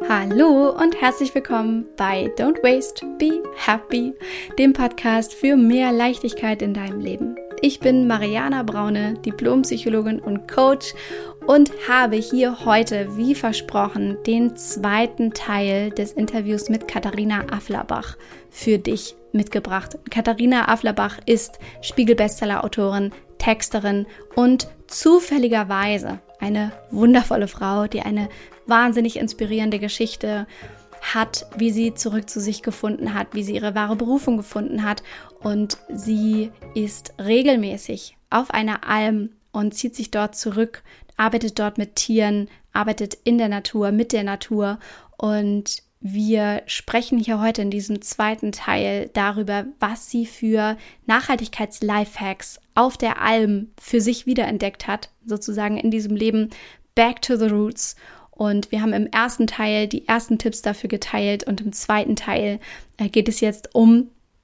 Hallo und herzlich willkommen bei Don't Waste, Be Happy, dem Podcast für mehr Leichtigkeit in deinem Leben. Ich bin Mariana Braune, Diplompsychologin und Coach und habe hier heute, wie versprochen, den zweiten Teil des Interviews mit Katharina Afflerbach für dich mitgebracht. Katharina Afflerbach ist Spiegel-Bestseller-Autorin, Texterin und zufälligerweise eine wundervolle Frau, die eine wahnsinnig inspirierende Geschichte hat, wie sie zurück zu sich gefunden hat, wie sie ihre wahre Berufung gefunden hat. Und sie ist regelmäßig auf einer Alm und zieht sich dort zurück, arbeitet dort mit Tieren, arbeitet in der Natur, mit der Natur. Und wir sprechen hier heute in diesem zweiten Teil darüber, was sie für Nachhaltigkeits-Lifehacks auf der Alm für sich wiederentdeckt hat, sozusagen in diesem Leben Back to the Roots. Und wir haben im ersten Teil die ersten Tipps dafür geteilt und im zweiten Teil geht es jetzt um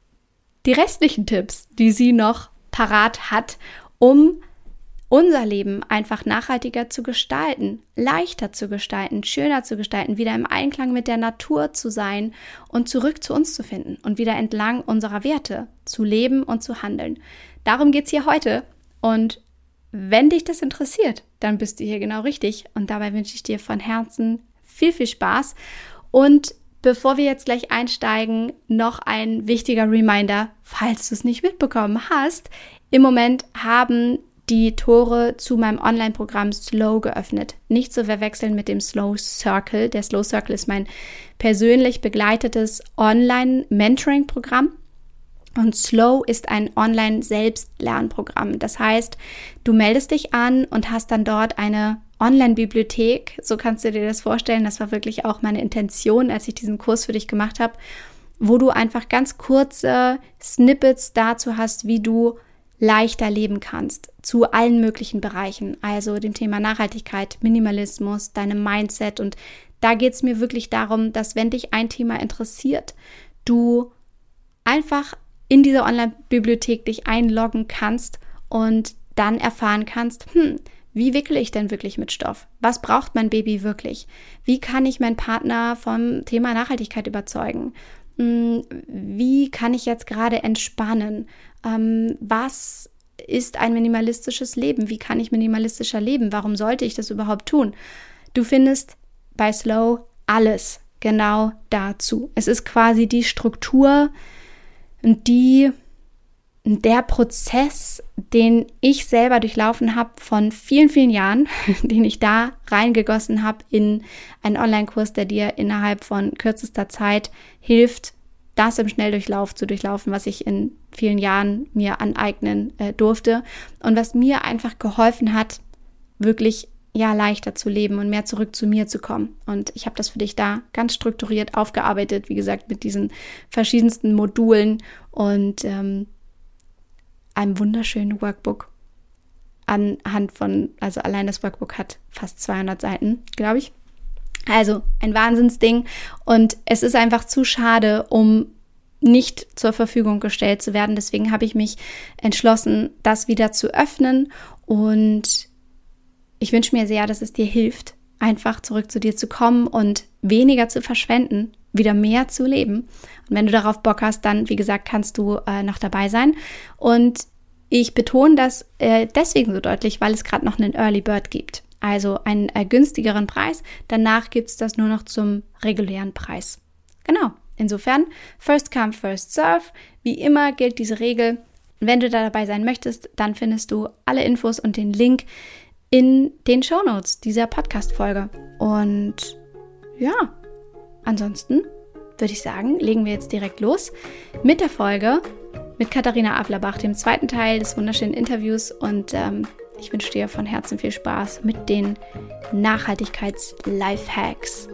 die restlichen Tipps, die sie noch parat hat, um unser Leben einfach nachhaltiger zu gestalten, leichter zu gestalten, schöner zu gestalten, wieder im Einklang mit der Natur zu sein und zurück zu uns zu finden und wieder entlang unserer Werte zu leben und zu handeln. Darum geht es hier heute und wenn dich das interessiert, dann bist du hier genau richtig und dabei wünsche ich dir von Herzen viel, viel Spaß. Und bevor wir jetzt gleich einsteigen, noch ein wichtiger Reminder, falls du es nicht mitbekommen hast. Im Moment haben die Tore zu meinem Online-Programm Slow geöffnet. Nicht zu verwechseln mit dem Slow Circle. Der Slow Circle ist mein persönlich begleitetes Online-Mentoring-Programm. Und Slow ist ein Online-Selbstlernprogramm. Das heißt, du meldest dich an und hast dann dort eine Online-Bibliothek. So kannst du dir das vorstellen. Das war wirklich auch meine Intention, als ich diesen Kurs für dich gemacht habe, wo du einfach ganz kurze Snippets dazu hast, wie du leichter leben kannst zu allen möglichen Bereichen. Also dem Thema Nachhaltigkeit, Minimalismus, deinem Mindset. Und da geht es mir wirklich darum, dass wenn dich ein Thema interessiert, du einfach in diese Online-Bibliothek dich einloggen kannst und dann erfahren kannst, wie wickele ich denn wirklich mit Stoff? Was braucht mein Baby wirklich? Wie kann ich meinen Partner vom Thema Nachhaltigkeit überzeugen? Wie kann ich jetzt gerade entspannen? Was ist ein minimalistisches Leben? Wie kann ich minimalistischer leben? Warum sollte ich das überhaupt tun? Du findest bei Slow alles genau dazu. Es ist quasi die Struktur, der Prozess, den ich selber durchlaufen habe von vielen, vielen Jahren, den ich da reingegossen habe in einen Online-Kurs, der dir innerhalb von kürzester Zeit hilft, das im Schnelldurchlauf zu durchlaufen, was ich in vielen Jahren mir aneignen durfte und was mir einfach geholfen hat, wirklich leichter zu leben und mehr zurück zu mir zu kommen. Und ich habe das für dich da ganz strukturiert aufgearbeitet, wie gesagt, mit diesen verschiedensten Modulen und einem wunderschönen Workbook anhand von, also allein das Workbook hat fast 200 Seiten, glaube ich. Also ein Wahnsinnsding und es ist einfach zu schade, um nicht zur Verfügung gestellt zu werden. Deswegen habe ich mich entschlossen, das wieder zu öffnen und ich wünsche mir sehr, dass es dir hilft, einfach zurück zu dir zu kommen und weniger zu verschwenden, wieder mehr zu leben. Und wenn du darauf Bock hast, dann, wie gesagt, kannst du noch dabei sein. Und ich betone das deswegen so deutlich, weil es gerade noch einen Early Bird gibt. Also einen günstigeren Preis. Danach gibt es das nur noch zum regulären Preis. Genau. Insofern, first come, first serve. Wie immer gilt diese Regel. Wenn du da dabei sein möchtest, dann findest du alle Infos und den Link in den Shownotes dieser Podcast-Folge. Und ja, ansonsten würde ich sagen, legen wir jetzt direkt los mit der Folge mit Katharina Afflerbach, dem zweiten Teil des wunderschönen Interviews. Und ich wünsche dir von Herzen viel Spaß mit den Nachhaltigkeits-Lifehacks.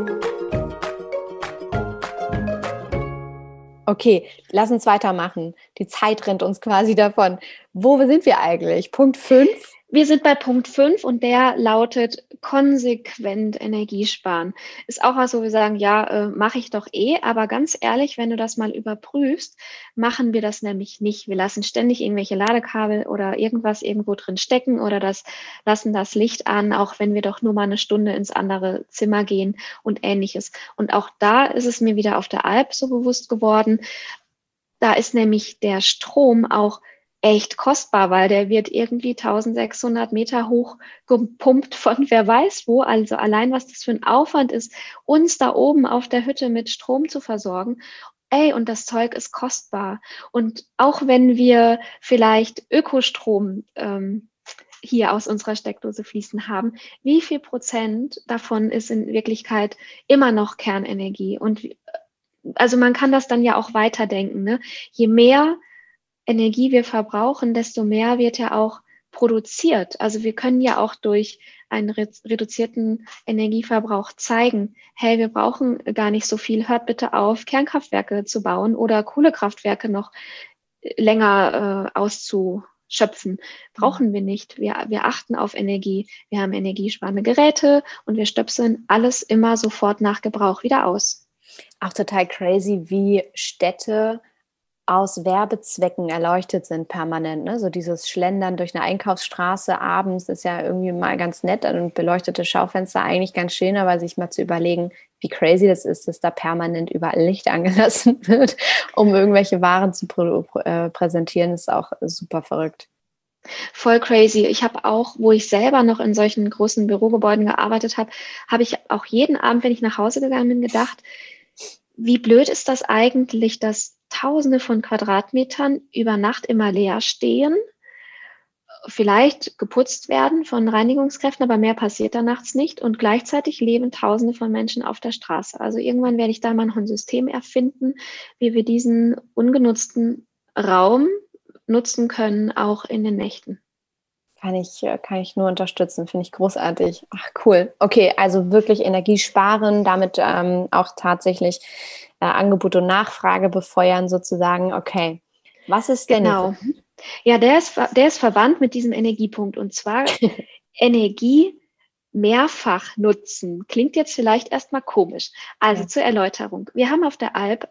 Okay, lass uns weitermachen. die Zeit rennt uns quasi davon. Wo sind wir eigentlich? Punkt 5? Wir sind bei Punkt 5 und der lautet konsequent Energie sparen. Ist auch was, wo wir sagen, ja, mache ich doch eh, aber ganz ehrlich, wenn du das mal überprüfst, machen wir das nämlich nicht. Wir lassen ständig irgendwelche Ladekabel oder irgendwas irgendwo drin stecken oder lassen das Licht an, auch wenn wir doch nur mal eine Stunde ins andere Zimmer gehen und Ähnliches. Und auch da ist es mir wieder auf der Alp so bewusst geworden, da ist nämlich der Strom auch echt kostbar, weil der wird irgendwie 1600 Meter hoch gepumpt von wer weiß wo. Also allein, was das für ein Aufwand ist, uns da oben auf der Hütte mit Strom zu versorgen. Ey, und das Zeug ist kostbar. Und auch wenn wir vielleicht Ökostrom hier aus unserer Steckdose fließen haben, wie viel Prozent davon ist in Wirklichkeit immer noch Kernenergie? Und also man kann das dann ja auch weiterdenken, ne? Je mehr Energie wir verbrauchen, desto mehr wird ja auch produziert. Also wir können ja auch durch einen reduzierten Energieverbrauch zeigen, hey, wir brauchen gar nicht so viel, hört bitte auf, Kernkraftwerke zu bauen oder Kohlekraftwerke noch länger auszuschöpfen. Brauchen wir nicht. Wir achten auf Energie. Wir haben energiesparende Geräte und wir stöpseln alles immer sofort nach Gebrauch wieder aus. Auch total crazy, wie Städte aus Werbezwecken erleuchtet sind permanent. Ne? So dieses Schlendern durch eine Einkaufsstraße abends ist ja irgendwie mal ganz nett und beleuchtete Schaufenster eigentlich ganz schön, aber sich mal zu überlegen, wie crazy das ist, dass da permanent überall Licht angelassen wird, um irgendwelche Waren zu präsentieren, ist auch super verrückt. Voll crazy. Ich habe auch, wo ich selber noch in solchen großen Bürogebäuden gearbeitet habe, habe ich auch jeden Abend, wenn ich nach Hause gegangen bin, gedacht, wie blöd ist das eigentlich, dass Tausende von Quadratmetern über Nacht immer leer stehen, vielleicht geputzt werden von Reinigungskräften, aber mehr passiert da nachts nicht und gleichzeitig leben Tausende von Menschen auf der Straße. Also irgendwann werde ich da mal noch ein System erfinden, wie wir diesen ungenutzten Raum nutzen können, auch in den Nächten. Kann ich nur unterstützen, finde ich großartig. Ach, cool. Okay, also wirklich Energie sparen, damit auch tatsächlich Angebot und Nachfrage befeuern sozusagen. Okay, was ist denn genau jetzt? Ja, der ist verwandt mit diesem Energiepunkt und zwar Energie mehrfach nutzen. Klingt jetzt vielleicht erstmal komisch. Also Ja. zur Erläuterung. Wir haben auf der Alp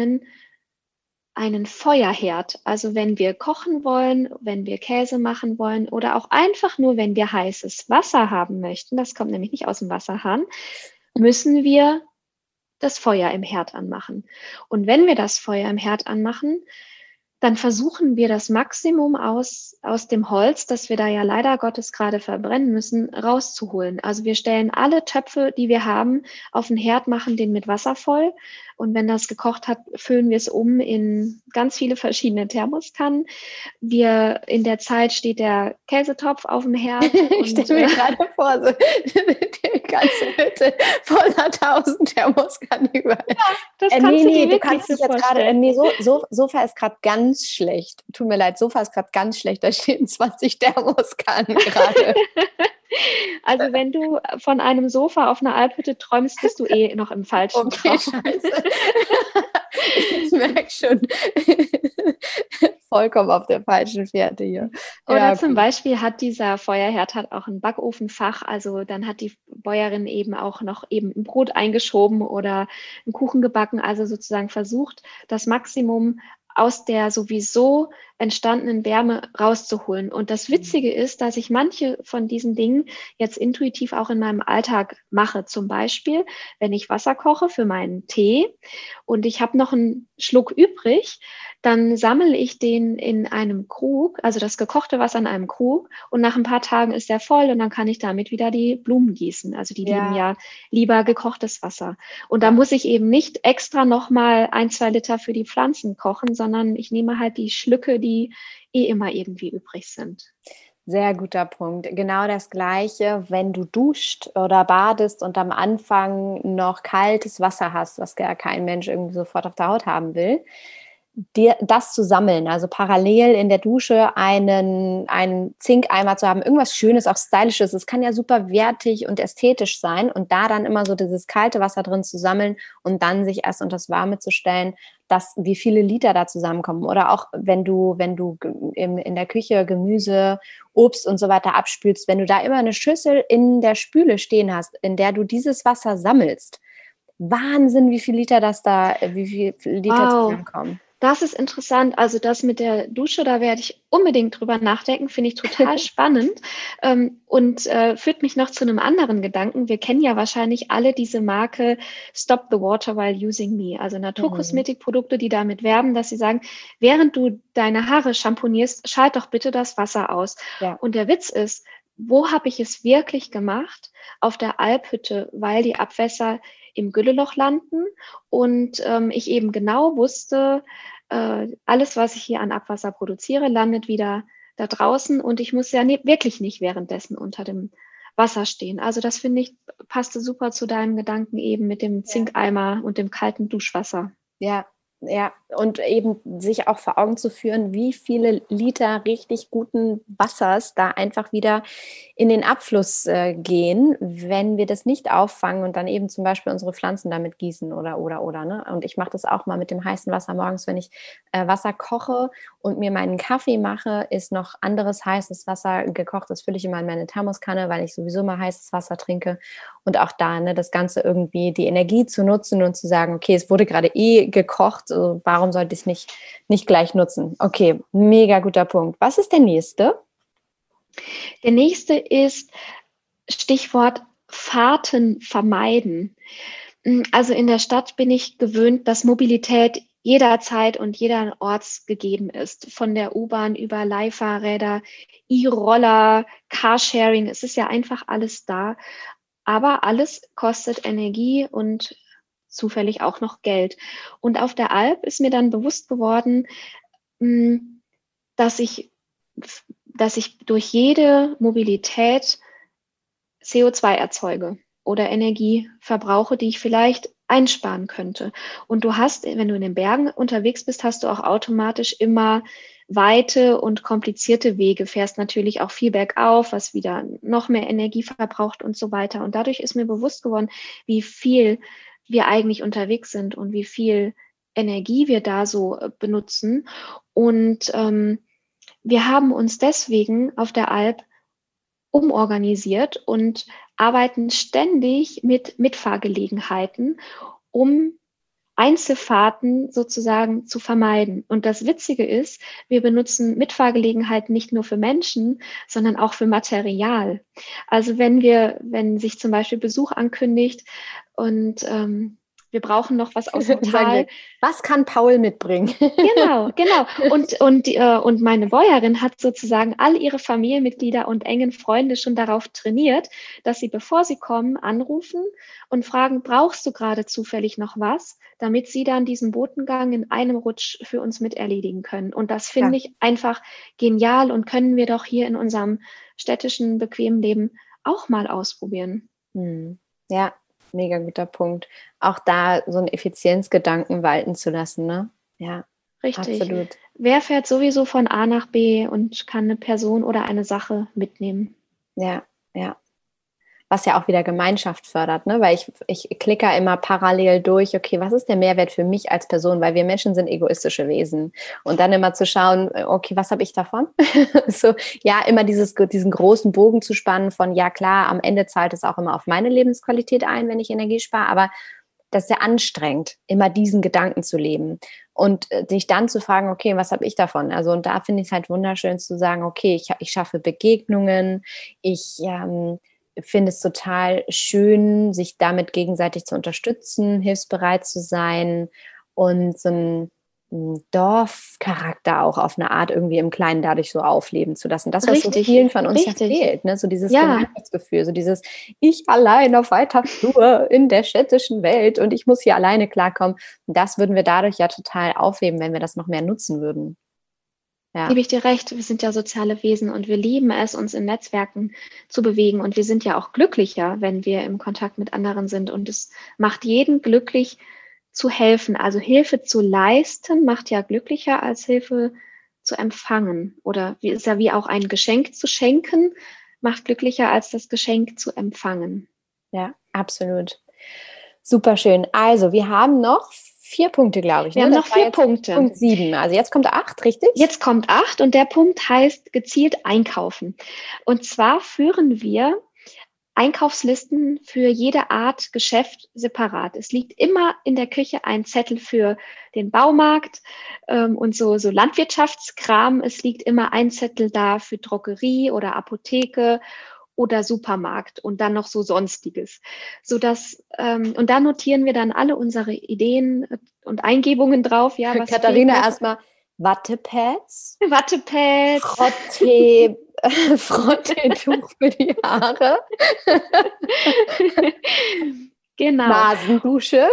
einen Feuerherd. Also wenn wir kochen wollen, wenn wir Käse machen wollen oder auch einfach nur, wenn wir heißes Wasser haben möchten, das kommt nämlich nicht aus dem Wasserhahn, müssen wir das Feuer im Herd anmachen. Und wenn wir das Feuer im Herd anmachen, dann versuchen wir das Maximum aus dem Holz, das wir da ja leider Gottes gerade verbrennen müssen, rauszuholen. Also wir stellen alle Töpfe, die wir haben, auf den Herd, machen den mit Wasser voll. Und wenn das gekocht hat, füllen wir es um in ganz viele verschiedene Thermoskannen. In der Zeit steht der Käsetopf auf dem Herd. Ich stelle mir gerade vor, so die ganze Hütte voller 1000 Thermoskannen überall. Ja, das kannst du kannst dich jetzt gerade, Sofa ist gerade ganz schlecht. Tut mir leid, Sofa ist gerade ganz schlecht. Da stehen 20 Thermoskannen gerade. Also wenn du von einem Sofa auf einer Alphütte träumst, bist du eh noch im falschen Traum. Scheiße. Ich merke schon. Vollkommen auf der falschen Fährte hier. Oder zum Beispiel hat dieser Feuerherd auch ein Backofenfach, also dann hat die Bäuerin eben auch noch eben ein Brot eingeschoben oder einen Kuchen gebacken, also sozusagen versucht, das Maximum aus der sowieso entstandenen Wärme rauszuholen. Und das Witzige ist, dass ich manche von diesen Dingen jetzt intuitiv auch in meinem Alltag mache. Zum Beispiel, wenn ich Wasser koche für meinen Tee und ich habe noch einen Schluck übrig, dann sammle ich den in einem Krug, also das gekochte Wasser in einem Krug und nach ein paar Tagen ist der voll und dann kann ich damit wieder die Blumen gießen. Also die lieben ja lieber gekochtes Wasser. Und da muss ich eben nicht extra nochmal 1-2 Liter für die Pflanzen kochen, sondern ich nehme halt die Schlücke, die eh immer irgendwie übrig sind. Sehr guter Punkt. Genau das Gleiche, wenn du duscht oder badest und am Anfang noch kaltes Wasser hast, was gar kein Mensch irgendwie sofort auf der Haut haben will. dir das zu sammeln, also parallel in der Dusche einen Zinkeimer zu haben, irgendwas Schönes, auch Stylisches. Es kann ja super wertig und ästhetisch sein und da dann immer so dieses kalte Wasser drin zu sammeln und dann sich erst unter das Warme zu stellen, wie viele Liter da zusammenkommen. Oder auch wenn du in der Küche Gemüse, Obst und so weiter abspülst, wenn du da immer eine Schüssel in der Spüle stehen hast, in der du dieses Wasser sammelst. Wahnsinn, wie viel Liter Wow, zusammenkommen. das ist interessant. Also das mit der Dusche, da werde ich unbedingt drüber nachdenken, finde ich total spannend und führt mich noch zu einem anderen Gedanken. Wir kennen ja wahrscheinlich alle diese Marke Stop the Water While Using Me, also Naturkosmetikprodukte, die damit werben, dass sie sagen, während du deine Haare champonierst, schalt doch bitte das Wasser aus. Ja. Und der Witz ist, wo habe ich es wirklich gemacht? Auf der Alphütte, weil die Abwässer im Gülleloch landen und ich eben genau wusste, alles, was ich hier an Abwasser produziere, landet wieder da draußen und ich muss ja wirklich nicht währenddessen unter dem Wasser stehen. Also das finde ich, passte super zu deinem Gedanken eben mit dem Zinkeimer und dem kalten Duschwasser. Ja, ja, und eben sich auch vor Augen zu führen, wie viele Liter richtig guten Wassers da einfach wieder in den Abfluss gehen, wenn wir das nicht auffangen und dann eben zum Beispiel unsere Pflanzen damit gießen oder. Ne? Und ich mache das auch mal mit dem heißen Wasser morgens, wenn ich Wasser koche und mir meinen Kaffee mache, ist noch anderes heißes Wasser gekocht. Das fülle ich immer in meine Thermoskanne, weil ich sowieso mal heißes Wasser trinke. Und auch da, ne, das Ganze irgendwie die Energie zu nutzen und zu sagen, okay, es wurde gerade gekocht, also warum sollte ich es nicht gleich nutzen? Okay, mega guter Punkt. Was ist der nächste? Der nächste ist Stichwort Fahrten vermeiden. Also in der Stadt bin ich gewöhnt, dass Mobilität jederzeit und jederorts gegeben ist. Von der U-Bahn über Leihfahrräder, E-Roller, Carsharing. Es ist ja einfach alles da. Aber alles kostet Energie und zufällig auch noch Geld. Und auf der Alp ist mir dann bewusst geworden, dass ich durch jede Mobilität CO2 erzeuge oder Energie verbrauche, die ich vielleicht einsparen könnte. Und du hast, wenn du in den Bergen unterwegs bist, hast du auch automatisch immer weite und komplizierte Wege, fährst natürlich auch viel bergauf, was wieder noch mehr Energie verbraucht und so weiter. Und dadurch ist mir bewusst geworden, wie viel wir eigentlich unterwegs sind und wie viel Energie wir da so benutzen. Und wir haben uns deswegen auf der Alp umorganisiert und arbeiten ständig mit Mitfahrgelegenheiten, um Einzelfahrten sozusagen zu vermeiden. Und das Witzige ist, wir benutzen Mitfahrgelegenheiten nicht nur für Menschen, sondern auch für Material. Also wenn sich zum Beispiel Besuch ankündigt und wir brauchen noch was aus dem Tal. Was kann Paul mitbringen? Genau. Und meine Bäuerin hat sozusagen all ihre Familienmitglieder und engen Freunde schon darauf trainiert, dass sie, bevor sie kommen, anrufen und fragen, brauchst du gerade zufällig noch was, damit sie dann diesen Botengang in einem Rutsch für uns mit erledigen können. Und das finde ich einfach genial und können wir doch hier in unserem städtischen, bequemen Leben auch mal ausprobieren. Ja. Mega guter Punkt. Auch da so einen Effizienzgedanken walten zu lassen, ne? Ja, richtig. Absolut. Wer fährt sowieso von A nach B und kann eine Person oder eine Sache mitnehmen? Ja. Was ja auch wieder Gemeinschaft fördert, ne? Weil ich klicke immer parallel durch, okay, was ist der Mehrwert für mich als Person? Weil wir Menschen sind egoistische Wesen. Und dann immer zu schauen, okay, was habe ich davon? So, ja, immer diesen großen Bogen zu spannen von, ja klar, am Ende zahlt es auch immer auf meine Lebensqualität ein, wenn ich Energie spare, aber das ist ja anstrengend, immer diesen Gedanken zu leben. Und sich dann zu fragen, okay, was habe ich davon? Also, und da finde ich es halt wunderschön zu sagen, okay, ich schaffe Begegnungen, ich finde es total schön, sich damit gegenseitig zu unterstützen, hilfsbereit zu sein und so einen Dorfcharakter auch auf eine Art irgendwie im Kleinen dadurch so aufleben zu lassen. Das, was so vielen von uns ja fehlt, ne? So dieses Gemeinschaftsgefühl, so dieses ich allein auf weiter Flur in der städtischen Welt und ich muss hier alleine klarkommen. Und das würden wir dadurch ja total aufheben, wenn wir das noch mehr nutzen würden. Ja. Gebe ich dir recht, wir sind ja soziale Wesen und wir lieben es, uns in Netzwerken zu bewegen und wir sind ja auch glücklicher, wenn wir im Kontakt mit anderen sind und es macht jeden glücklich zu helfen. Also Hilfe zu leisten macht ja glücklicher als Hilfe zu empfangen. Oder ist ja wie auch ein Geschenk zu schenken, macht glücklicher als das Geschenk zu empfangen. Ja, absolut. Super schön. Also, wir haben noch 4 Punkte, glaube ich. Wir haben noch 4 Punkte. Punkt 7. Also jetzt kommt 8, richtig? Jetzt kommt 8 und der Punkt heißt gezielt einkaufen. Und zwar führen wir Einkaufslisten für jede Art Geschäft separat. Es liegt immer in der Küche ein Zettel für den Baumarkt und so Landwirtschaftskram. Es liegt immer ein Zettel da für Drogerie oder Apotheke oder Supermarkt und dann noch so Sonstiges. Und da notieren wir dann alle unsere Ideen und Eingebungen drauf. Ja, was Katharina, erstmal Wattepads, Wattepads, Frotteetuch für die Haare, genau. Nasendusche.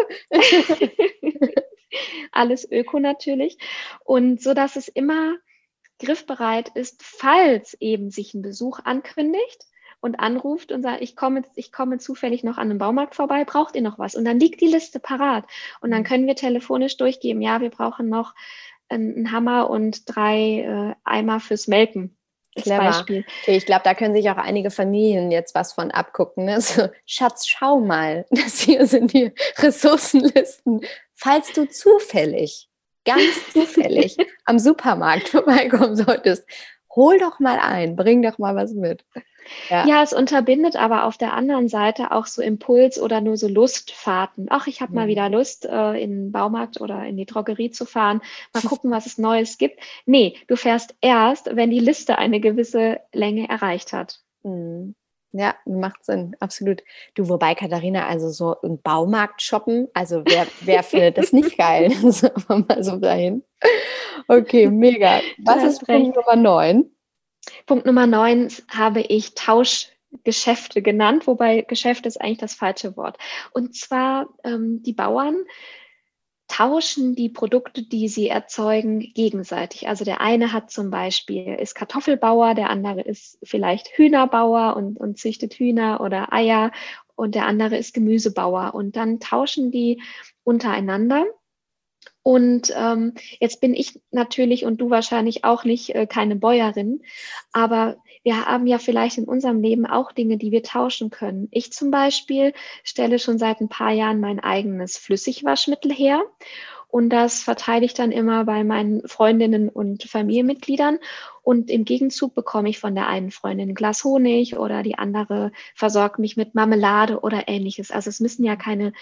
Alles Öko natürlich. Und so, dass es immer griffbereit ist, falls eben sich ein Besuch ankündigt und anruft und sagt, ich komme zufällig noch an einem Baumarkt vorbei, braucht ihr noch was? Und dann liegt die Liste parat. Und dann können wir telefonisch durchgeben, ja, wir brauchen noch einen Hammer und 3 Eimer fürs Melken. Clever. Beispiel. Okay, ich glaube, da können sich auch einige Familien jetzt was von abgucken. Ne? So, Schatz, schau mal, das hier sind die Ressourcenlisten. Falls du ganz zufällig am Supermarkt vorbeikommen solltest, hol doch mal ein, bring doch mal was mit. Ja, es unterbindet aber auf der anderen Seite auch so Impuls- oder nur so Lustfahrten. Ach, ich habe mal wieder Lust, in den Baumarkt oder in die Drogerie zu fahren. Mal gucken, was es Neues gibt. Nee, du fährst erst, wenn die Liste eine gewisse Länge erreicht hat. Ja, macht Sinn, absolut. Du, wobei, Katharina, also so im Baumarkt shoppen, also wer findet das nicht geil? So, mal so dahin. Okay, mega. Was ist Punkt Nummer 9? Punkt Nummer 9 habe ich Tauschgeschäfte genannt, wobei Geschäft ist eigentlich das falsche Wort. Und zwar die Bauern tauschen die Produkte, die sie erzeugen, gegenseitig. Also der eine ist Kartoffelbauer, der andere ist vielleicht Hühnerbauer und züchtet Hühner oder Eier und der andere ist Gemüsebauer. Und dann tauschen die untereinander. Und jetzt bin ich natürlich und du wahrscheinlich auch nicht keine Bäuerin, aber wir haben ja vielleicht in unserem Leben auch Dinge, die wir tauschen können. Ich zum Beispiel stelle schon seit ein paar Jahren mein eigenes Flüssigwaschmittel her und das verteile ich dann immer bei meinen Freundinnen und Familienmitgliedern und im Gegenzug bekomme ich von der einen Freundin ein Glas Honig oder die andere versorgt mich mit Marmelade oder Ähnliches. Also es müssen ja keine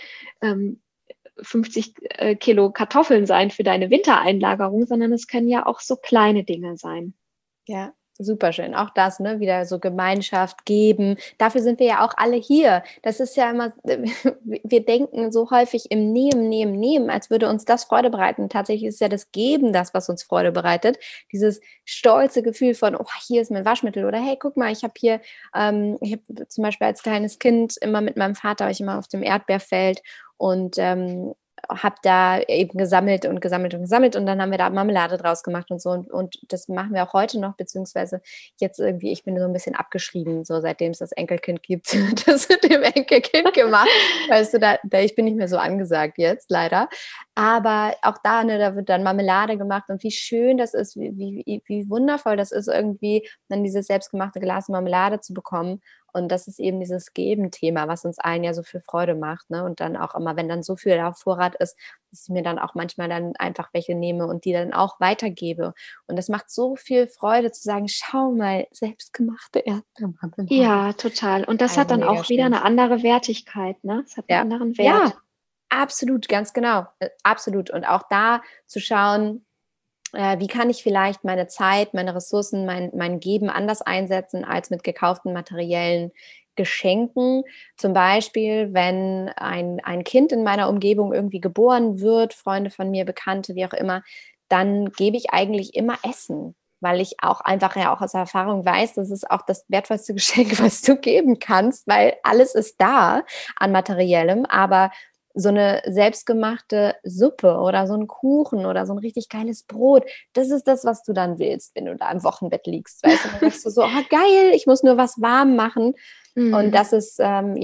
50 Kilo Kartoffeln sein für deine Wintereinlagerung, sondern es können ja auch so kleine Dinge sein. Ja, super schön. Auch das, ne, wieder so Gemeinschaft geben. Dafür sind wir ja auch alle hier. Das ist ja immer, wir denken so häufig im Nehmen, als würde uns das Freude bereiten. Tatsächlich ist ja das Geben das, was uns Freude bereitet. Dieses stolze Gefühl von, oh, hier ist mein Waschmittel oder hey, guck mal, ich habe zum Beispiel als kleines Kind immer mit meinem Vater, war ich immer auf dem Erdbeerfeld und habe da eben gesammelt und dann haben wir da Marmelade draus gemacht und so und das machen wir auch heute noch, beziehungsweise jetzt irgendwie, ich bin so ein bisschen abgeschrieben, so seitdem es das Enkelkind gibt, das mit dem Enkelkind gemacht, weißt du, ich bin nicht mehr so angesagt jetzt, leider, aber auch da, ne, da wird dann Marmelade gemacht und wie schön das ist, wie wundervoll das ist, irgendwie dann dieses selbstgemachte Glas Marmelade zu bekommen. Und das ist eben dieses Geben-Thema, was uns allen ja so viel Freude macht. Ne? Und dann auch immer, wenn dann so viel auf Vorrat ist, dass ich mir dann auch manchmal dann einfach welche nehme und die dann auch weitergebe. Und das macht so viel Freude zu sagen, schau mal, selbstgemachte Erdbeermarmelade. Ja, total. Und das hat dann auch wieder eine andere Wertigkeit, ne? Es hat einen anderen Wert. Ja, absolut, ganz genau. Absolut. Und auch da zu schauen, wie kann ich vielleicht meine Zeit, meine Ressourcen, mein Geben anders einsetzen als mit gekauften materiellen Geschenken. Zum Beispiel, wenn ein Kind in meiner Umgebung irgendwie geboren wird, Freunde von mir, Bekannte, wie auch immer, dann gebe ich eigentlich immer Essen, weil ich auch einfach ja auch aus Erfahrung weiß, das ist auch das wertvollste Geschenk, was du geben kannst, weil alles ist da an Materiellem, aber so eine selbstgemachte Suppe oder so ein Kuchen oder so ein richtig geiles Brot, das ist das, was du dann willst, wenn du da im Wochenbett liegst, weißt du, dann denkst du so, oh geil, ich muss nur was warm machen und das ist,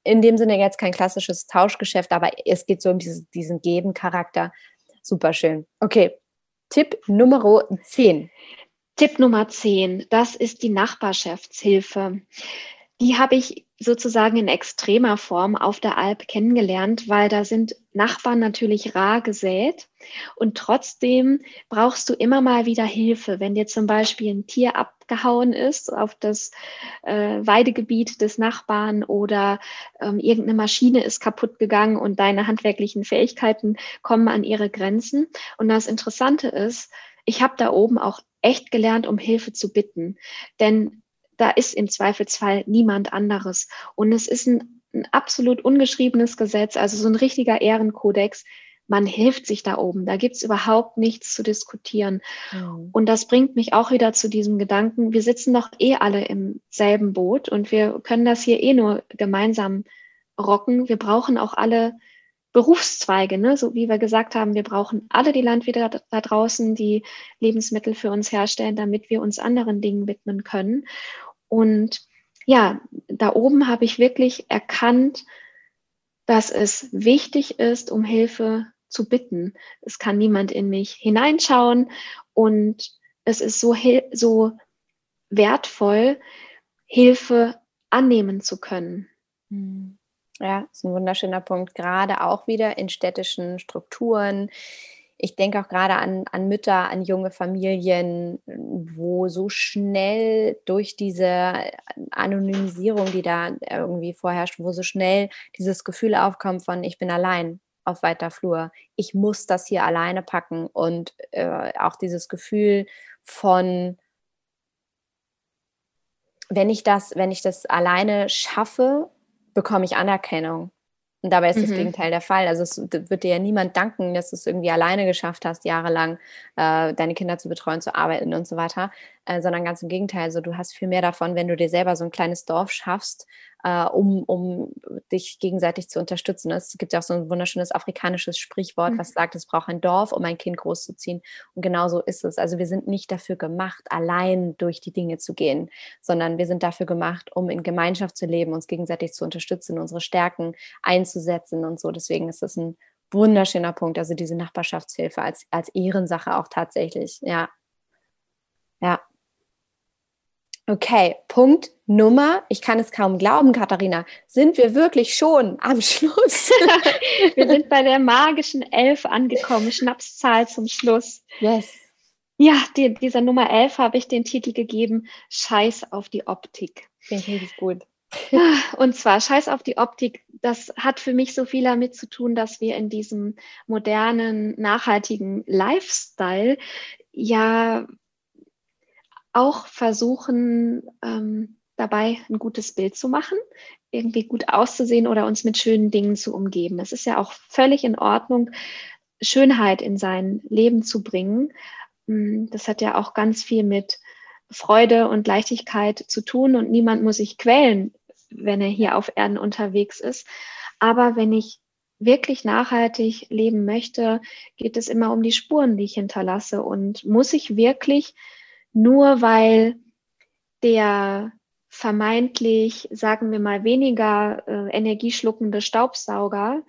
in dem Sinne jetzt kein klassisches Tauschgeschäft, aber es geht so um diesen Geben-Charakter. Super schön. Okay, Tipp Nummer 10. Tipp Nummer 10, das ist die Nachbarschaftshilfe. Die habe ich sozusagen in extremer Form auf der Alp kennengelernt, weil da sind Nachbarn natürlich rar gesät und trotzdem brauchst du immer mal wieder Hilfe. Wenn dir zum Beispiel ein Tier abgehauen ist auf das Weidegebiet des Nachbarn oder irgendeine Maschine ist kaputt gegangen und deine handwerklichen Fähigkeiten kommen an ihre Grenzen. Und das Interessante ist, ich habe da oben auch echt gelernt, um Hilfe zu bitten, denn da ist im Zweifelsfall niemand anderes. Und es ist ein absolut ungeschriebenes Gesetz, also so ein richtiger Ehrenkodex. Man hilft sich da oben. Da gibt's überhaupt nichts zu diskutieren. Und das bringt mich auch wieder zu diesem Gedanken, wir sitzen doch eh alle im selben Boot und wir können das hier eh nur gemeinsam rocken. Wir brauchen auch alle Berufszweige, ne? So wie wir gesagt haben, wir brauchen alle die Landwirte da draußen, die Lebensmittel für uns herstellen, damit wir uns anderen Dingen widmen können. Und ja, da oben habe ich wirklich erkannt, dass es wichtig ist, um Hilfe zu bitten. Es kann niemand in mich hineinschauen und es ist so wertvoll, Hilfe annehmen zu können. Ja, das ist ein wunderschöner Punkt, gerade auch wieder in städtischen Strukturen. Ich denke auch gerade an Mütter, an junge Familien, wo so schnell durch diese Anonymisierung, die da irgendwie vorherrscht, wo so schnell dieses Gefühl aufkommt von, ich bin allein auf weiter Flur. Ich muss das hier alleine packen und auch dieses Gefühl von, wenn ich das alleine schaffe, bekomme ich Anerkennung. Und dabei ist das Gegenteil der Fall. Also es wird dir ja niemand danken, dass du es irgendwie alleine geschafft hast, jahrelang deine Kinder zu betreuen, zu arbeiten und so weiter, sondern ganz im Gegenteil. Also du hast viel mehr davon, wenn du dir selber so ein kleines Dorf schaffst, um dich gegenseitig zu unterstützen. Es gibt ja auch so ein wunderschönes afrikanisches Sprichwort, was sagt, es braucht ein Dorf, um ein Kind großzuziehen. Und genau so ist es. Also wir sind nicht dafür gemacht, allein durch die Dinge zu gehen, sondern wir sind dafür gemacht, um in Gemeinschaft zu leben, uns gegenseitig zu unterstützen, unsere Stärken einzusetzen und so. Deswegen ist das ein wunderschöner Punkt, also diese Nachbarschaftshilfe als Ehrensache auch tatsächlich. Ja. Ja. Okay, Punkt Nummer, ich kann es kaum glauben, Katharina, sind wir wirklich schon am Schluss? Wir sind bei der magischen 11 angekommen, Schnapszahl zum Schluss. Yes. Ja, dieser Nummer 11 habe ich den Titel gegeben, Scheiß auf die Optik. Finde ich richtig gut. Und zwar Scheiß auf die Optik, das hat für mich so viel damit zu tun, dass wir in diesem modernen, nachhaltigen Lifestyle ja auch versuchen, dabei ein gutes Bild zu machen, irgendwie gut auszusehen oder uns mit schönen Dingen zu umgeben. Das ist ja auch völlig in Ordnung, Schönheit in sein Leben zu bringen. Das hat ja auch ganz viel mit Freude und Leichtigkeit zu tun und niemand muss sich quälen, wenn er hier auf Erden unterwegs ist. Aber wenn ich wirklich nachhaltig leben möchte, geht es immer um die Spuren, die ich hinterlasse. Und muss ich wirklich nur, weil der vermeintlich, sagen wir mal, weniger energieschluckende Staubsauger,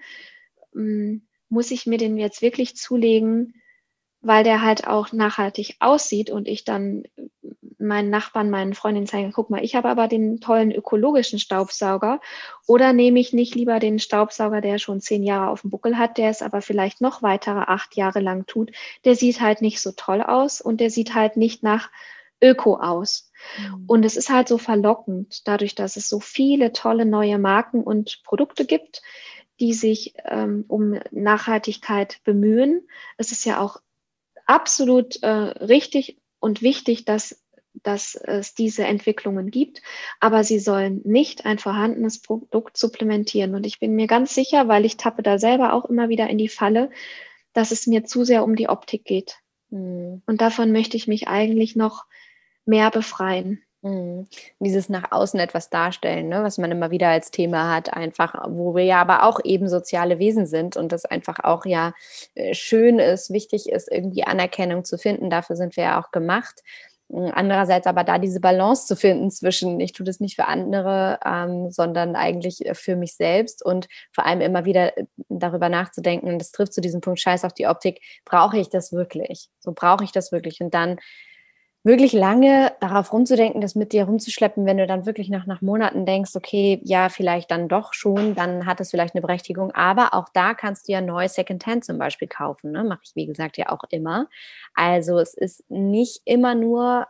muss ich mir den jetzt wirklich zulegen, weil der halt auch nachhaltig aussieht und ich dann meinen Nachbarn, meinen Freundinnen zeige, guck mal, ich habe aber den tollen ökologischen Staubsauger, oder nehme ich nicht lieber den Staubsauger, der schon 10 Jahre auf dem Buckel hat, der es aber vielleicht noch weitere 8 Jahre lang tut, der sieht halt nicht so toll aus und der sieht halt nicht nach Öko aus. Und es ist halt so verlockend, dadurch, dass es so viele tolle neue Marken und Produkte gibt, die sich um Nachhaltigkeit bemühen. Es ist ja auch absolut richtig und wichtig, dass es diese Entwicklungen gibt, aber sie sollen nicht ein vorhandenes Produkt supplementieren. Und ich bin mir ganz sicher, weil ich tappe da selber auch immer wieder in die Falle, dass es mir zu sehr um die Optik geht. Und davon möchte ich mich eigentlich noch mehr befreien. Dieses nach außen etwas darstellen, ne, was man immer wieder als Thema hat, einfach, wo wir ja aber auch eben soziale Wesen sind und das einfach auch ja schön ist, wichtig ist, irgendwie Anerkennung zu finden. Dafür sind wir ja auch gemacht. Andererseits aber da diese Balance zu finden zwischen, ich tue das nicht für andere, sondern eigentlich für mich selbst und vor allem immer wieder darüber nachzudenken, und das trifft zu diesem Punkt, scheiß auf die Optik, brauche ich das wirklich? So, brauche ich das wirklich? Und dann wirklich lange darauf rumzudenken, das mit dir rumzuschleppen, wenn du dann wirklich nach Monaten denkst, okay, ja, vielleicht dann doch schon, dann hat es vielleicht eine Berechtigung, aber auch da kannst du ja neu Secondhand zum Beispiel kaufen, ne? Mache ich, wie gesagt, ja auch immer. Also es ist nicht immer nur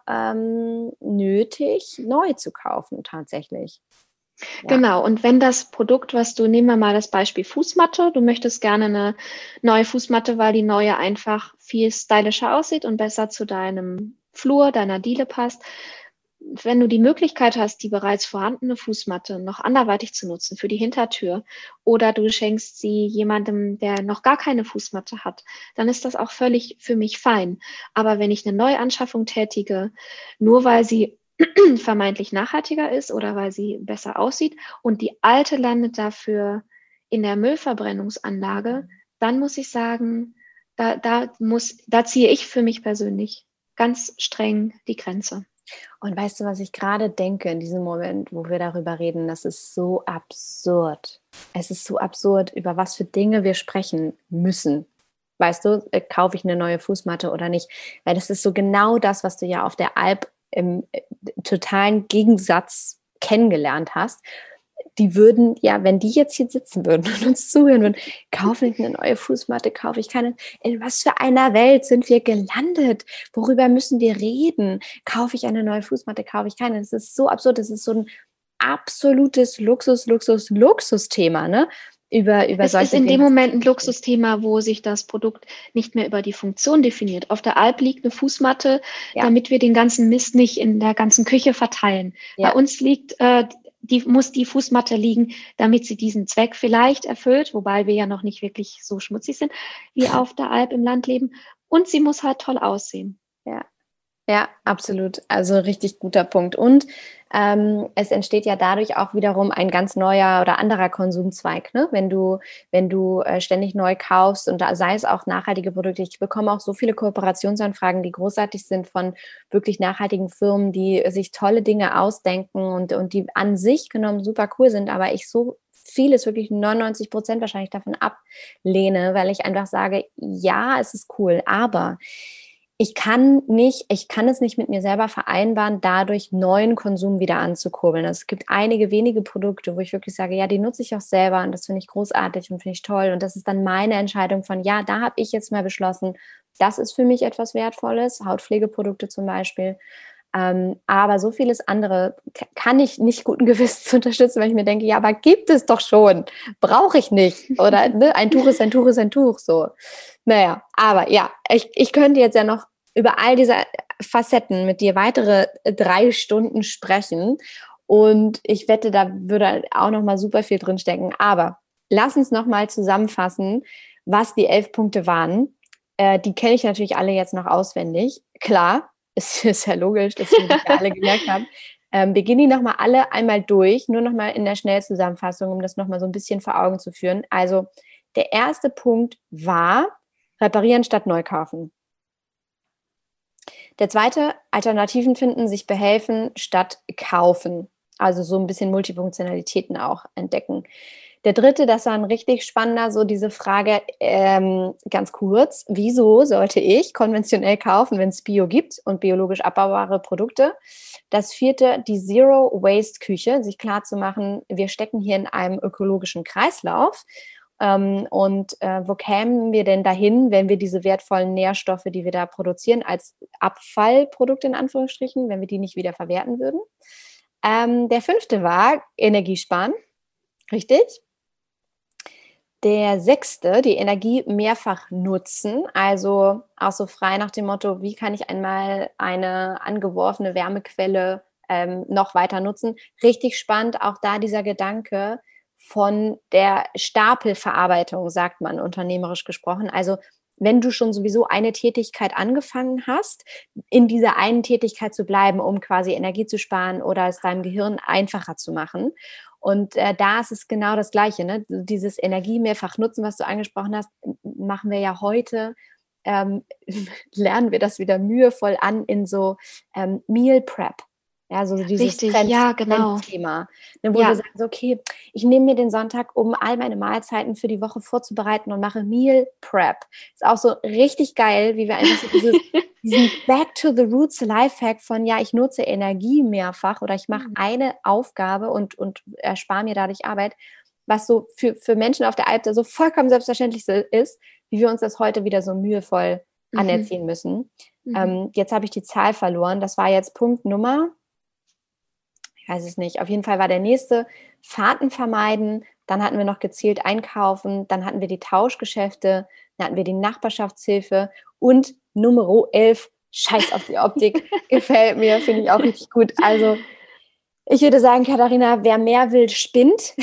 nötig, neu zu kaufen tatsächlich. Ja. Genau, und wenn das Produkt, nehmen wir mal das Beispiel Fußmatte, du möchtest gerne eine neue Fußmatte, weil die neue einfach viel stylischer aussieht und besser zu deinem Flur, deiner Diele passt. Wenn du die Möglichkeit hast, die bereits vorhandene Fußmatte noch anderweitig zu nutzen für die Hintertür oder du schenkst sie jemandem, der noch gar keine Fußmatte hat, dann ist das auch völlig für mich fein. Aber wenn ich eine Neuanschaffung tätige, nur weil sie vermeintlich nachhaltiger ist oder weil sie besser aussieht und die alte landet dafür in der Müllverbrennungsanlage, dann muss ich sagen, da ziehe ich für mich persönlich ganz streng die Grenze. Und weißt du, was ich gerade denke in diesem Moment, wo wir darüber reden? Das ist so absurd. Es ist so absurd, über was für Dinge wir sprechen müssen. Weißt du, kaufe ich eine neue Fußmatte oder nicht? Weil das ist so genau das, was du ja auf der Alp im totalen Gegensatz kennengelernt hast. Die würden, ja, wenn die jetzt hier sitzen würden und uns zuhören würden, kaufe ich eine neue Fußmatte, kaufe ich keine. In was für einer Welt sind wir gelandet? Worüber müssen wir reden? Kaufe ich eine neue Fußmatte, kaufe ich keine? Das ist so absurd. Das ist so ein absolutes Luxus-Thema, ne? Über es ist in dem Moment ein Luxusthema, wo sich das Produkt nicht mehr über die Funktion definiert. Auf der Alp liegt eine Fußmatte, damit wir den ganzen Mist nicht in der ganzen Küche verteilen. Ja. Bei uns muss die Fußmatte liegen, damit sie diesen Zweck vielleicht erfüllt, wobei wir ja noch nicht wirklich so schmutzig sind, wie auf der Alp im Land leben. Und sie muss halt toll aussehen. Ja, absolut. Also richtig guter Punkt. Und es entsteht ja dadurch auch wiederum ein ganz neuer oder anderer Konsumzweig, ne? Wenn du ständig neu kaufst und da sei es auch nachhaltige Produkte. Ich bekomme auch so viele Kooperationsanfragen, die großartig sind von wirklich nachhaltigen Firmen, die sich tolle Dinge ausdenken und die an sich genommen super cool sind, aber ich so vieles, wirklich 99% wahrscheinlich davon ablehne, weil ich einfach sage, ja, es ist cool, aber ich kann es nicht mit mir selber vereinbaren, dadurch neuen Konsum wieder anzukurbeln. Also es gibt einige wenige Produkte, wo ich wirklich sage, ja, die nutze ich auch selber und das finde ich großartig und finde ich toll. Und das ist dann meine Entscheidung von, ja, da habe ich jetzt mal beschlossen, das ist für mich etwas Wertvolles, Hautpflegeprodukte zum Beispiel. Aber so vieles andere kann ich nicht guten Gewissens unterstützen, weil ich mir denke, ja, aber gibt es doch schon, brauche ich nicht. Oder ne? Ein Tuch ist ein Tuch ist ein Tuch, so. Naja, aber ja, ich könnte jetzt ja noch über all diese Facetten mit dir weitere 3 Stunden sprechen und ich wette, da würde auch noch mal super viel drinstecken. Aber lass uns noch mal zusammenfassen, was die 11 Punkte waren. Die kenne ich natürlich alle jetzt noch auswendig. Klar, es ist ja logisch, dass wir das ja alle gemerkt haben. Wir gehen die nochmal alle einmal durch, nur nochmal in der Schnellzusammenfassung, um das nochmal so ein bisschen vor Augen zu führen. Also der erste Punkt war reparieren statt neu kaufen. Der zweite, Alternativen finden, sich behelfen statt kaufen. Also so ein bisschen Multifunktionalitäten auch entdecken. Der dritte, das war ein richtig spannender, so diese Frage, ganz kurz, wieso sollte ich konventionell kaufen, wenn es Bio gibt und biologisch abbaubare Produkte? Das vierte, die Zero-Waste-Küche, sich klar zu machen, wir stecken hier in einem ökologischen Kreislauf. Wo kämen wir denn dahin, wenn wir diese wertvollen Nährstoffe, die wir da produzieren, als Abfallprodukte in Anführungsstrichen, wenn wir die nicht wieder verwerten würden? Der fünfte war Energiesparen, richtig? Der sechste, die Energie mehrfach nutzen, also auch so frei nach dem Motto, wie kann ich einmal eine angeworfene Wärmequelle noch weiter nutzen? Richtig spannend, auch da dieser Gedanke von der Stapelverarbeitung, sagt man unternehmerisch gesprochen. Also wenn du schon sowieso eine Tätigkeit angefangen hast, in dieser einen Tätigkeit zu bleiben, um quasi Energie zu sparen oder es deinem Gehirn einfacher zu machen. Und da ist es genau das Gleiche, ne? Dieses Energie mehrfach nutzen, was du angesprochen hast, machen wir ja heute lernen wir das wieder mühevoll an in so Meal Prep. Ja, so dieses Trend-Thema, wo wir sagen, so, okay, ich nehme mir den Sonntag, um all meine Mahlzeiten für die Woche vorzubereiten und mache Meal Prep. Ist auch so richtig geil, wie wir einfach so diesen Back to the Roots Lifehack von, ich nutze Energie mehrfach oder ich mache eine Aufgabe und erspare mir dadurch Arbeit, was so für Menschen auf der Alp so vollkommen selbstverständlich ist, wie wir uns das heute wieder so mühevoll anerziehen müssen. Jetzt habe ich die Zahl verloren. Das war jetzt Punkt Nummer, ich weiß es nicht, auf jeden Fall war der nächste Fahrten vermeiden, dann hatten wir noch gezielt einkaufen, dann hatten wir die Tauschgeschäfte, dann hatten wir die Nachbarschaftshilfe und Nummer 11, Scheiß auf die Optik, gefällt mir, finde ich auch richtig gut. Also ich würde sagen, Katharina, wer mehr will, spinnt.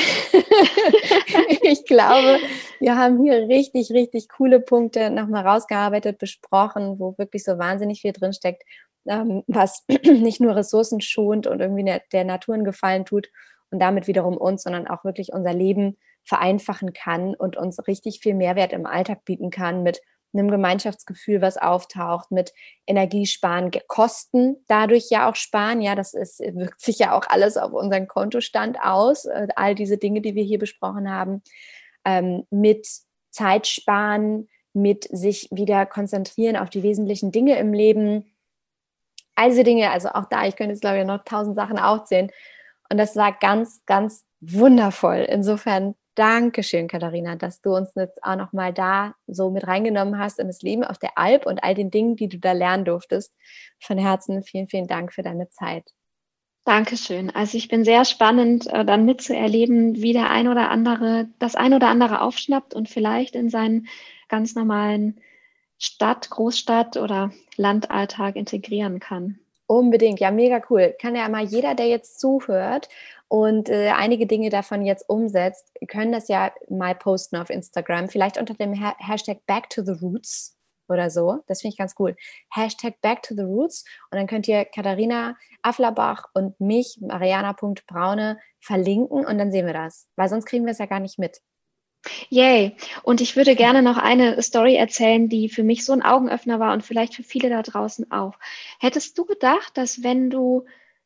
Ich glaube, wir haben hier richtig, richtig coole Punkte nochmal rausgearbeitet, besprochen, wo wirklich so wahnsinnig viel drinsteckt, was nicht nur Ressourcen schont und irgendwie der Natur einen Gefallen tut und damit wiederum uns, sondern auch wirklich unser Leben vereinfachen kann und uns richtig viel Mehrwert im Alltag bieten kann mit einem Gemeinschaftsgefühl, was auftaucht, mit Energiesparen, Kosten dadurch ja auch sparen. Ja, wirkt sich ja auch alles auf unseren Kontostand aus, all diese Dinge, die wir hier besprochen haben, mit Zeit sparen, mit sich wieder konzentrieren auf die wesentlichen Dinge im Leben. All diese Dinge, also auch da, ich könnte jetzt glaube ich noch 1000 Sachen aufzählen. Und das war ganz, ganz wundervoll. Insofern Dankeschön, Katharina, dass du uns jetzt auch nochmal da so mit reingenommen hast in das Leben auf der Alp und all den Dingen, die du da lernen durftest. Von Herzen vielen, vielen Dank für deine Zeit. Dankeschön. Also ich bin sehr spannend, dann mitzuerleben, wie das ein oder andere aufschnappt und vielleicht in seinen ganz normalen Großstadt oder Landalltag integrieren kann. Unbedingt, ja, mega cool. Kann ja mal jeder, der jetzt zuhört und einige Dinge davon jetzt umsetzt, können das ja mal posten auf Instagram, vielleicht unter dem Hashtag Back to the Roots oder so. Das finde ich ganz cool. Hashtag Back to the Roots und dann könnt ihr Katharina Afflerbach und mich, Mariana.Braune, verlinken und dann sehen wir das, weil sonst kriegen wir es ja gar nicht mit. Yay! Und ich würde gerne noch eine Story erzählen, die für mich so ein Augenöffner war und vielleicht für viele da draußen auch. Hättest du gedacht, dass wenn du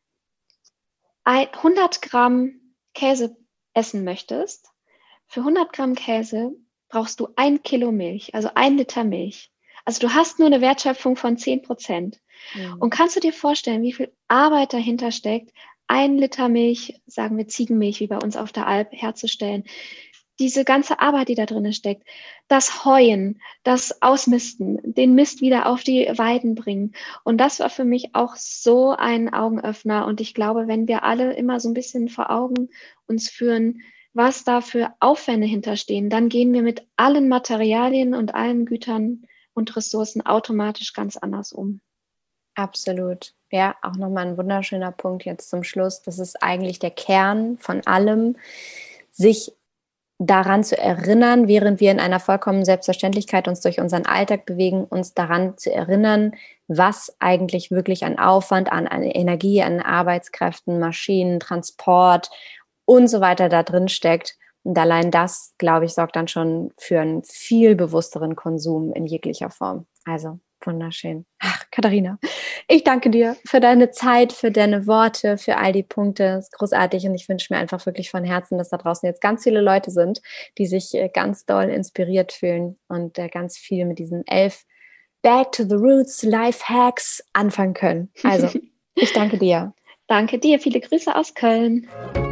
100 Gramm Käse essen möchtest, für 100 Gramm Käse brauchst du 1 Kilo Milch, also 1 Liter Milch. Also du hast nur eine Wertschöpfung von 10%. Und kannst du dir vorstellen, wie viel Arbeit dahinter steckt, 1 Liter Milch, sagen wir Ziegenmilch, wie bei uns auf der Alp, herzustellen? Diese ganze Arbeit, die da drin steckt, das Heuen, das Ausmisten, den Mist wieder auf die Weiden bringen. Und das war für mich auch so ein Augenöffner. Und ich glaube, wenn wir alle immer so ein bisschen vor Augen uns führen, was da für Aufwände hinterstehen, dann gehen wir mit allen Materialien und allen Gütern und Ressourcen automatisch ganz anders um. Absolut. Ja, auch nochmal ein wunderschöner Punkt jetzt zum Schluss. Das ist eigentlich der Kern von allem, sich daran zu erinnern, während wir in einer vollkommenen Selbstverständlichkeit uns durch unseren Alltag bewegen, uns daran zu erinnern, was eigentlich wirklich an Aufwand, an Energie, an Arbeitskräften, Maschinen, Transport und so weiter da drin steckt. Und allein das, glaube ich, sorgt dann schon für einen viel bewussteren Konsum in jeglicher Form. Also wunderschön. Ach, Katharina, ich danke dir für deine Zeit, für deine Worte, für all die Punkte. Das ist großartig und ich wünsche mir einfach wirklich von Herzen, dass da draußen jetzt ganz viele Leute sind, die sich ganz doll inspiriert fühlen und ganz viel mit diesen 11 Back to the Roots Life Hacks anfangen können. Also, ich danke dir. Danke dir. Viele Grüße aus Köln.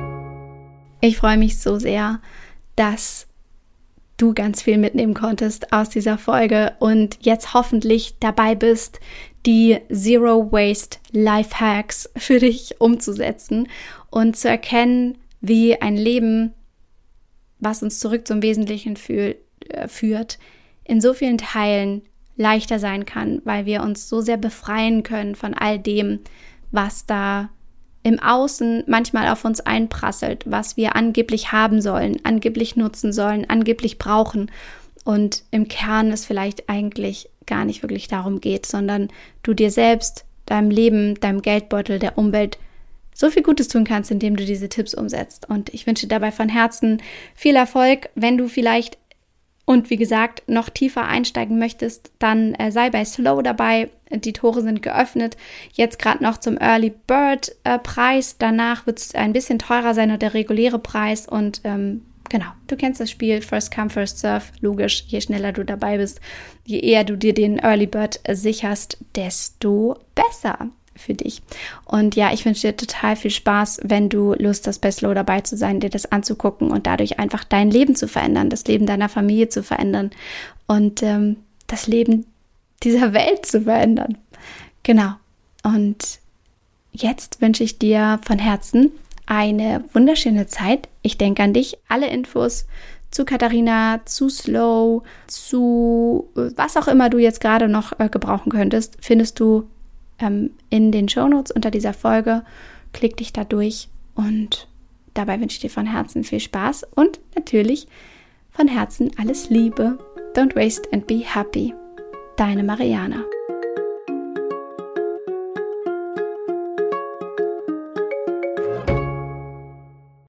Ich freue mich so sehr, dass du ganz viel mitnehmen konntest aus dieser Folge und jetzt hoffentlich dabei bist, die Zero Waste Life Hacks für dich umzusetzen und zu erkennen, wie ein Leben, was uns zurück zum Wesentlichen führt, in so vielen Teilen leichter sein kann, weil wir uns so sehr befreien können von all dem, was da im Außen manchmal auf uns einprasselt, was wir angeblich haben sollen, angeblich nutzen sollen, angeblich brauchen und im Kern es vielleicht eigentlich gar nicht wirklich darum geht, sondern du dir selbst, deinem Leben, deinem Geldbeutel, der Umwelt so viel Gutes tun kannst, indem du diese Tipps umsetzt. Und ich wünsche dabei von Herzen viel Erfolg, wenn du vielleicht Und wie gesagt, noch tiefer einsteigen möchtest, dann sei bei Slow dabei. Die Tore sind geöffnet. Jetzt gerade noch zum Early Bird Preis. Danach wird es ein bisschen teurer sein, der reguläre Preis. Und genau, du kennst das Spiel. First come, first serve. Logisch, je schneller du dabei bist, je eher du dir den Early Bird sicherst, desto besser für dich. Und ja, ich wünsche dir total viel Spaß, wenn du Lust hast, bei Slow dabei zu sein, dir das anzugucken und dadurch einfach dein Leben zu verändern, das Leben deiner Familie zu verändern und das Leben dieser Welt zu verändern. Genau. Und jetzt wünsche ich dir von Herzen eine wunderschöne Zeit. Ich denke an dich. Alle Infos zu Katharina, zu Slow, zu was auch immer du jetzt gerade noch gebrauchen könntest, findest du in den Shownotes unter dieser Folge. Klick dich da durch und dabei wünsche ich dir von Herzen viel Spaß und natürlich von Herzen alles Liebe. Don't waste and be happy. Deine Mariana.